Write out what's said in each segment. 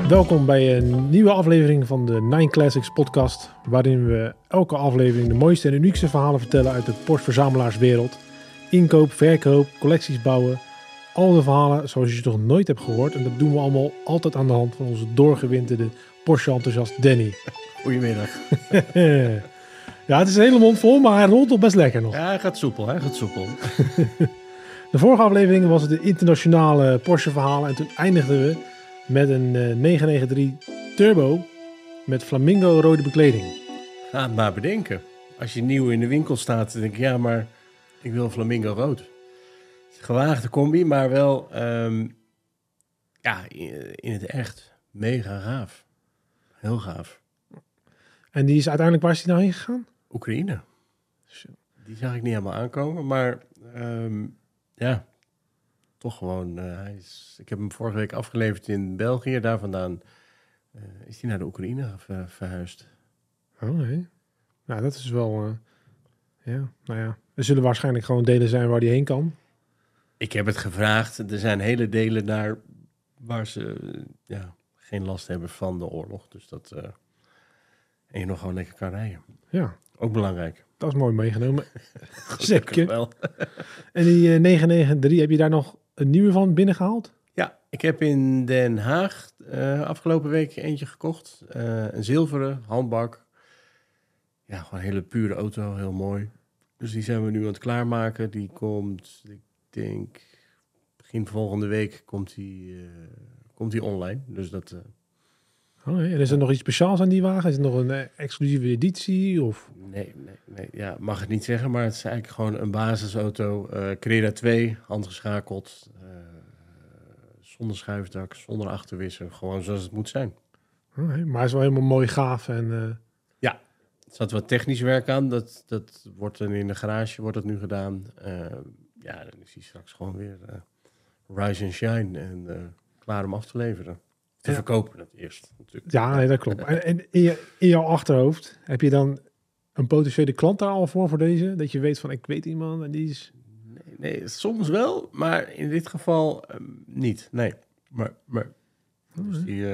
Welkom bij een nieuwe aflevering van de Nine Classics podcast, waarin we elke aflevering de mooiste en uniekste verhalen vertellen uit de Porsche-verzamelaarswereld. Inkoop, verkoop, collecties bouwen, al de verhalen zoals je toch nooit hebt gehoord. En dat doen we allemaal altijd aan de hand van onze doorgewinterde Porsche-enthousiast Danny. Goedemiddag. Ja, het is een hele mond vol, maar hij rolt toch best lekker nog. Ja, hij gaat soepel. De vorige aflevering was het de internationale Porsche-verhalen en toen eindigden we met een 993 Turbo met flamingo rode bekleding. Ga het maar bedenken. Als je nieuw in de winkel staat, dan denk ik, ja, maar ik wil flamingo rood. Gewaagde combi, maar wel in het echt mega gaaf. Heel gaaf. En die is uiteindelijk, waar is die nou heen gegaan? Oekraïne. Die zag ik niet helemaal aankomen, maar toch gewoon. Ik heb hem vorige week afgeleverd in België. Daar vandaan is hij naar de Oekraïne verhuisd. Oh nee. Nou, dat is wel... Er zullen waarschijnlijk gewoon delen zijn waar die heen kan. Ik heb het gevraagd. Er zijn hele delen daar waar ze geen last hebben van de oorlog. Dus dat... en je nog gewoon lekker kan rijden. Ja. Ook belangrijk. Dat is mooi meegenomen. Zeker wel. En die 993, heb je daar nog een nieuwe van binnengehaald? Ja, ik heb in Den Haag afgelopen week eentje gekocht. Een zilveren handbak. Ja, gewoon een hele pure auto. Heel mooi. Dus die zijn we nu aan het klaarmaken. Die komt, ik denk, begin volgende week komt die online. Dus dat... Oh nee. En is er nog iets speciaals aan die wagen? Is het nog een exclusieve editie? Of? Nee. Ja, mag het niet zeggen, maar het is eigenlijk gewoon een basisauto. Carrera 2, handgeschakeld. Zonder schuifdak, zonder achterwisser. Gewoon zoals het moet zijn. Oh nee. Maar het is wel helemaal mooi gaaf. En, Ja, er zat wat technisch werk aan. Dat wordt dan in de garage wordt dat nu gedaan. Dan is hij straks gewoon weer rise and shine. En klaar om af te leveren. Te verkopen het eerst natuurlijk. Ja, nee, dat klopt. En in jouw achterhoofd heb je dan een potentiële klant daar al voor deze? Dat je weet van, ik weet iemand en die is... Nee, soms wel, maar in dit geval niet. Nee, maar dus die,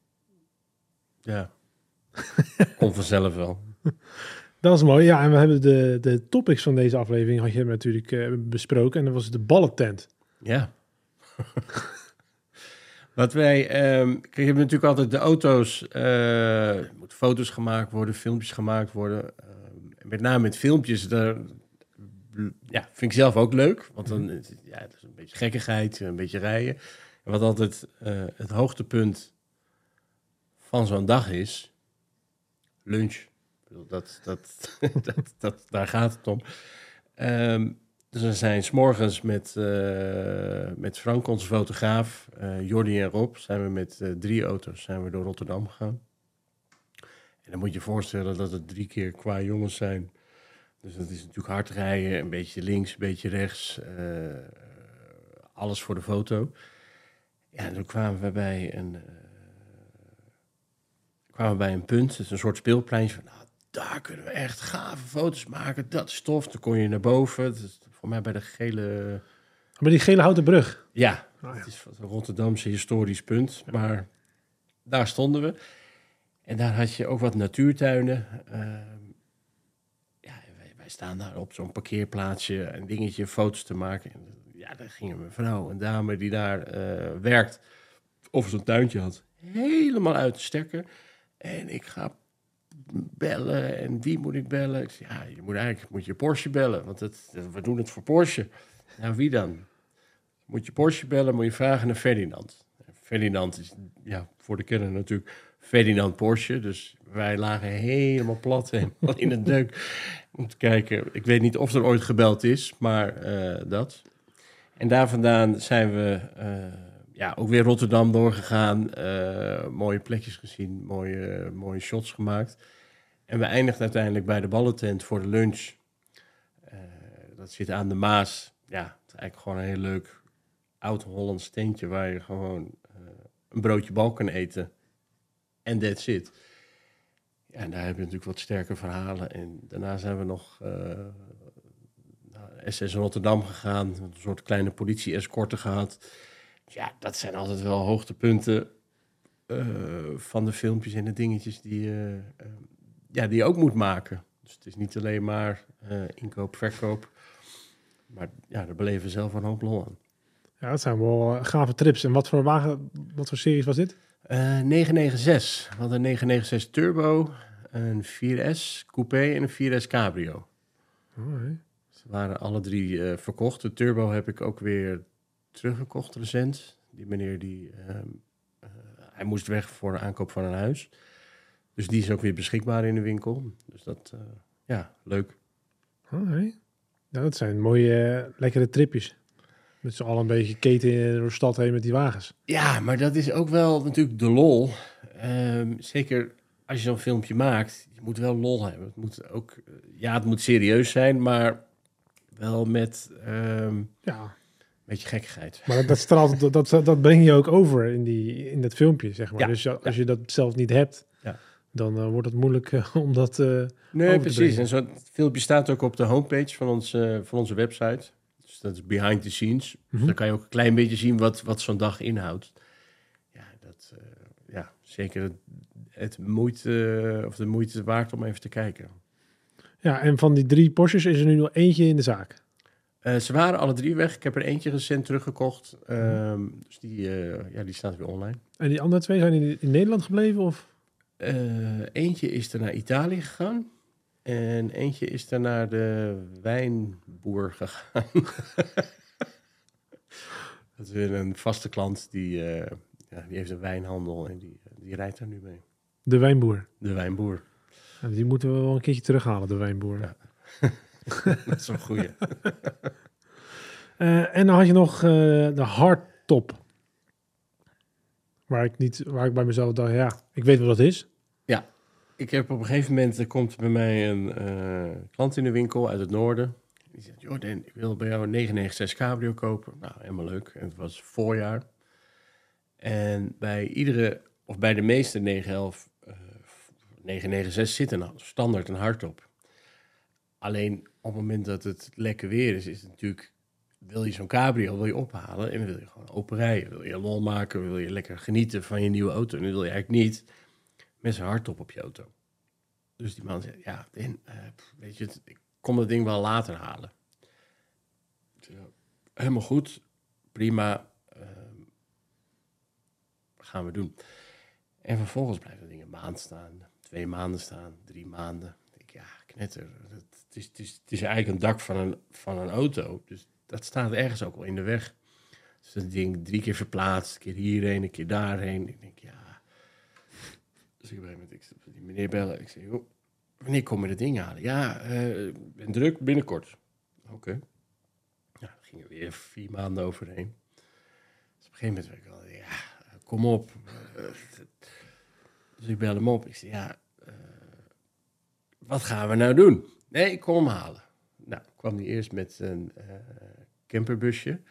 komt vanzelf wel. Dat is mooi. Ja, en we hebben de topics van deze aflevering had je natuurlijk besproken. En dat was de ballentent. Ja. Wat wij... kijk, je hebt natuurlijk altijd de auto's... er moeten foto's gemaakt worden, filmpjes gemaakt worden. Met name met filmpjes, daar... Ja, vind ik zelf ook leuk. Want dan het is een beetje gekkigheid, een beetje rijden. En wat altijd het hoogtepunt van zo'n dag is... lunch. Daar gaat het om. Dus we zijn 's morgens met Frank, onze fotograaf, Jordi en Rob, zijn we met 3 auto's zijn we door Rotterdam gegaan. En dan moet je je voorstellen dat het 3 keer qua jongens zijn. Dus dat is natuurlijk hard rijden, een beetje links, een beetje rechts. Alles voor de foto. Ja, en toen kwamen we bij een punt, het is een soort speelpleintje van... Daar kunnen we echt gave foto's maken. Dat is tof. Dan kon je naar boven. Dat is voor mij bij de gele... Maar die gele houten brug. Ja, het is een Rotterdamse historisch punt. Ja. Maar daar stonden we. En daar had je ook wat natuurtuinen. Wij staan daar op zo'n parkeerplaatsje. Een dingetje, foto's te maken. En, daar ging een mevrouw, een dame die daar werkt. Of zo'n tuintje had. Helemaal uit de stekker. En ik ga... bellen en wie moet ik bellen? Ik zei, moet je Porsche bellen, want we doen het voor Porsche. Nou, wie dan? Moet je Porsche bellen, moet je vragen naar Ferdinand. Ferdinand is, voor de kenner natuurlijk, Ferdinand Porsche. Dus wij lagen helemaal plat, helemaal in een deuk. Om te kijken, ik weet niet of er ooit gebeld is, maar dat. En daar vandaan zijn we... ook weer Rotterdam doorgegaan. Mooie plekjes gezien. Mooie shots gemaakt. En we eindigden uiteindelijk bij de ballentent voor de lunch. Dat zit aan de Maas. Ja, het is eigenlijk gewoon een heel leuk oud-Hollands tentje... waar je gewoon een broodje bal kan eten. En that's it. Ja, en daar heb je natuurlijk wat sterke verhalen. En daarna zijn we nog... naar SS Rotterdam gegaan. Een soort kleine politie-escorte gehad... Ja, dat zijn altijd wel hoogtepunten van de filmpjes en de dingetjes die je ook moet maken. Dus het is niet alleen maar inkoop, verkoop. Maar ja, daar beleven we zelf een hoop lol aan. Ja, dat zijn wel gave trips. En wat voor wagen, wat voor series was dit? 996. We hadden een 996 Turbo, een 4S Coupé en een 4S Cabrio. Ze waren alle 3 verkocht. De Turbo heb ik ook weer teruggekocht recent. Die meneer hij moest weg voor de aankoop van een huis. Dus die is ook weer beschikbaar in de winkel. Dus dat, leuk. Ja, dat zijn mooie, lekkere tripjes. Met z'n allen een beetje keten door de stad heen met die wagens. Ja, maar dat is ook wel natuurlijk de lol. Zeker als je zo'n filmpje maakt, je moet wel lol hebben. Het moet ook, het moet serieus zijn, maar wel met een beetje gekkigheid. Maar dat straalt, dat breng je ook over in dat filmpje, zeg maar. Ja, Dus als je dat zelf niet hebt, dan wordt het moeilijk om dat Nee, precies. En zo'n filmpje staat ook op de homepage van onze website. Dus dat is behind the scenes. Dus dan kan je ook een klein beetje zien wat zo'n dag inhoudt. Ja, zeker de moeite waard om even te kijken. Ja, en van die 3 Porsches is er nu nog eentje in de zaak. Ze waren alle 3 weg. Ik heb er eentje recent teruggekocht. Dus die staat weer online. En die andere 2 zijn in Nederland gebleven? Of? Eentje is er naar Italië gegaan. En eentje is er naar de wijnboer gegaan. Dat is weer een vaste klant die heeft een wijnhandel en die rijdt er nu mee. De wijnboer? De wijnboer. Ja, die moeten we wel een keertje terughalen, de wijnboer. Ja. Dat is een goeie. En dan had je nog de hardtop. Waar ik bij mezelf dacht, ik weet wat dat is. Ja, ik heb op een gegeven moment, er komt bij mij een klant in de winkel uit het noorden. Die zegt, joh Dan, ik wil bij jou een 996 Cabrio kopen. Nou, helemaal leuk. En het was voorjaar. En bij de meeste 911, 996 zit er nou standaard een hardtop. Alleen op het moment dat het lekker weer is het natuurlijk, wil je zo'n cabrio wil je ophalen en dan wil je gewoon open rijden. Wil je lol maken, wil je lekker genieten van je nieuwe auto. En dan wil je eigenlijk niet met zo'n hardtop op je auto. Dus die man zegt, weet je, ik kom dat ding wel later halen. Helemaal goed, prima, gaan we doen. En vervolgens blijft dat ding een maand staan, 2 maanden staan, 3 maanden. Knetter. Het is eigenlijk een dak van een auto. Dus dat staat ergens ook wel in de weg. Dus dat ding 3 keer verplaatst. Een keer hierheen, een keer daarheen. Ik denk, Dus ik die meneer bellen. Ik zeg, joh, wanneer kom je dat ding halen? Ja, ik ben druk, binnenkort. Oké. Ja, daar gingen weer 4 maanden overheen. Dus op een gegeven moment werd ik al, kom op. Dus ik bel hem op. Ik zeg, wat gaan we nou doen? Nee, ik kom hem halen. Nou, kwam hij eerst met een camperbusje.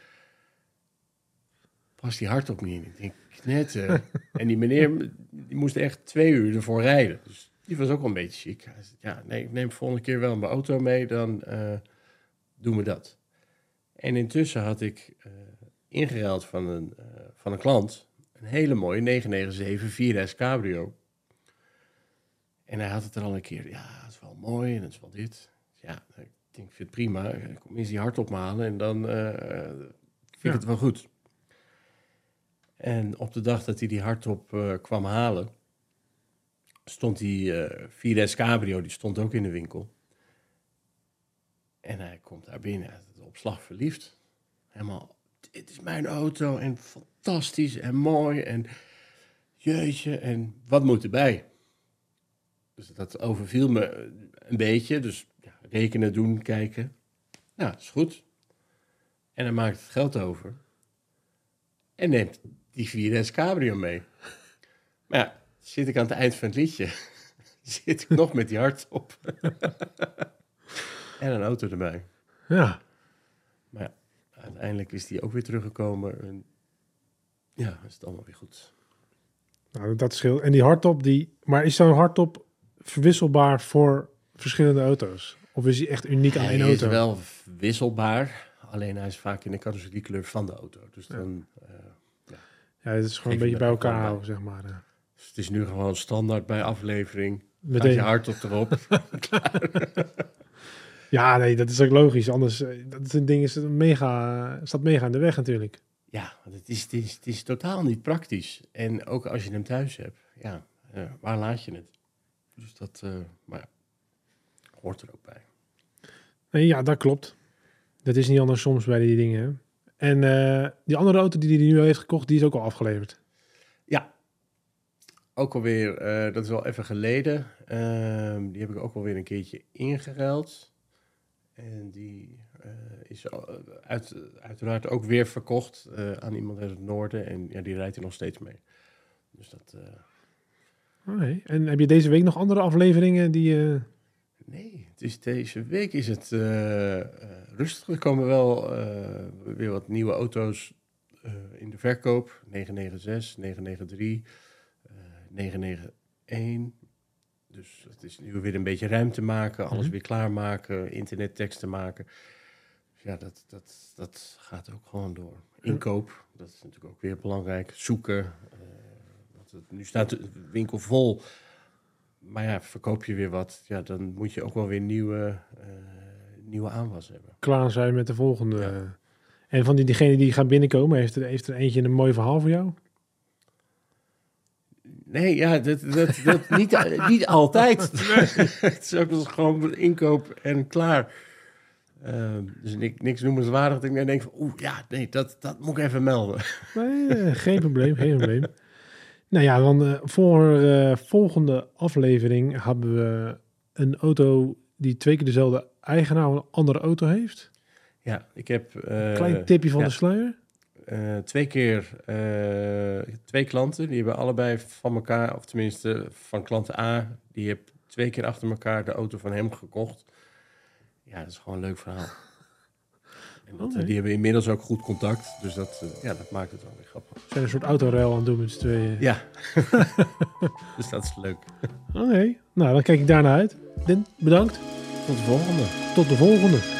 Pas die hardtop niet in. Ik denk, knetter. En die meneer, die moest echt 2 uur ervoor rijden. Dus die was ook wel een beetje chic. Hij zei, ik neem volgende keer wel mijn auto mee, dan doen we dat. En intussen had ik ingeruild van een klant een hele mooie 997 4S Cabrio. En hij had het er al een keer, dat is wel mooi en dat is wel dit. Ja, ik vind het prima. Ik kom eens die hardtop halen en dan vind ik het wel goed. En op de dag dat hij die hardtop kwam halen, stond die 4S Cabrio, die stond ook in de winkel. En hij komt daar binnen, op slag verliefd. Helemaal, dit is mijn auto en fantastisch en mooi en jeetje en wat moet erbij? Dus dat overviel me een beetje. Dus rekenen, doen, kijken. Nou, dat is goed. En dan maakt het geld over. En neemt die 4S Cabrio mee. Maar zit ik aan het eind van het liedje. Zit ik nog met die hardtop. En een auto erbij. Ja. Maar uiteindelijk is die ook weer teruggekomen. En is het allemaal weer goed. Nou, dat scheelt. En die hardtop, maar is zo'n hardtop verwisselbaar voor verschillende auto's? Of is hij echt uniek aan één auto? Hij is wel wisselbaar, alleen hij is vaak in de carrosseriekleur van de auto. Dus dan... het is gewoon een beetje bij elkaar houden, zeg maar. Dus het is nu gewoon standaard bij aflevering. Gaat Meteen. je hart op erop. Ja, nee, dat is ook logisch. Anders, dat is een ding is staat mega in de weg natuurlijk. Ja, want het is totaal niet praktisch. En ook als je hem thuis hebt, ja, waar laat je het? Dus dat, maar ja, hoort er ook bij. Nee, ja, dat klopt. Dat is niet anders soms bij die dingen. Hè. En die andere auto die hij nu heeft gekocht, die is ook al afgeleverd. Ja, ook alweer, dat is wel even geleden. Die heb ik ook alweer een keertje ingeruild. En die is uiteraard ook weer verkocht aan iemand uit het noorden. En ja, die rijdt er nog steeds mee. Dus dat... Okay. En heb je deze week nog andere afleveringen die... Nee, deze week is het rustig. Er komen wel weer wat nieuwe auto's in de verkoop. 996, 993, 991. Dus het is nu weer een beetje ruimte maken, alles weer klaarmaken, internetteksten maken. Dus ja, dat gaat ook gewoon door. Inkoop, dat is natuurlijk ook weer belangrijk. Zoeken. Nu staat de winkel vol. Maar ja, verkoop je weer wat, ja, dan moet je ook wel weer nieuwe aanwas hebben. klaar zijn met de volgende. Ja. En van diegene die gaat binnenkomen, heeft er eentje een mooi verhaal voor jou? Nee, ja, dat niet altijd. Het is ook gewoon inkoop en klaar. Dus niks noemenswaardig. Dat ik denk van, dat moet ik even melden. Nee, geen probleem, geen probleem. Nou ja, dan voor volgende aflevering hebben we een auto die 2 keer dezelfde eigenaar van een andere auto heeft. Ja, ik heb... Klein tipje van de sluier. 2 keer 2 klanten, die hebben allebei van elkaar, of tenminste van klant A, die heeft 2 keer achter elkaar de auto van hem gekocht. Ja, dat is gewoon een leuk verhaal. En die hebben inmiddels ook goed contact, dus dat maakt het wel weer grappig. We zijn een soort autoruil aan het doen met z'n tweeën. Ja, dus dat is leuk. Oké, nou dan kijk ik daarna uit. Den, bedankt. Tot de volgende. Tot de volgende.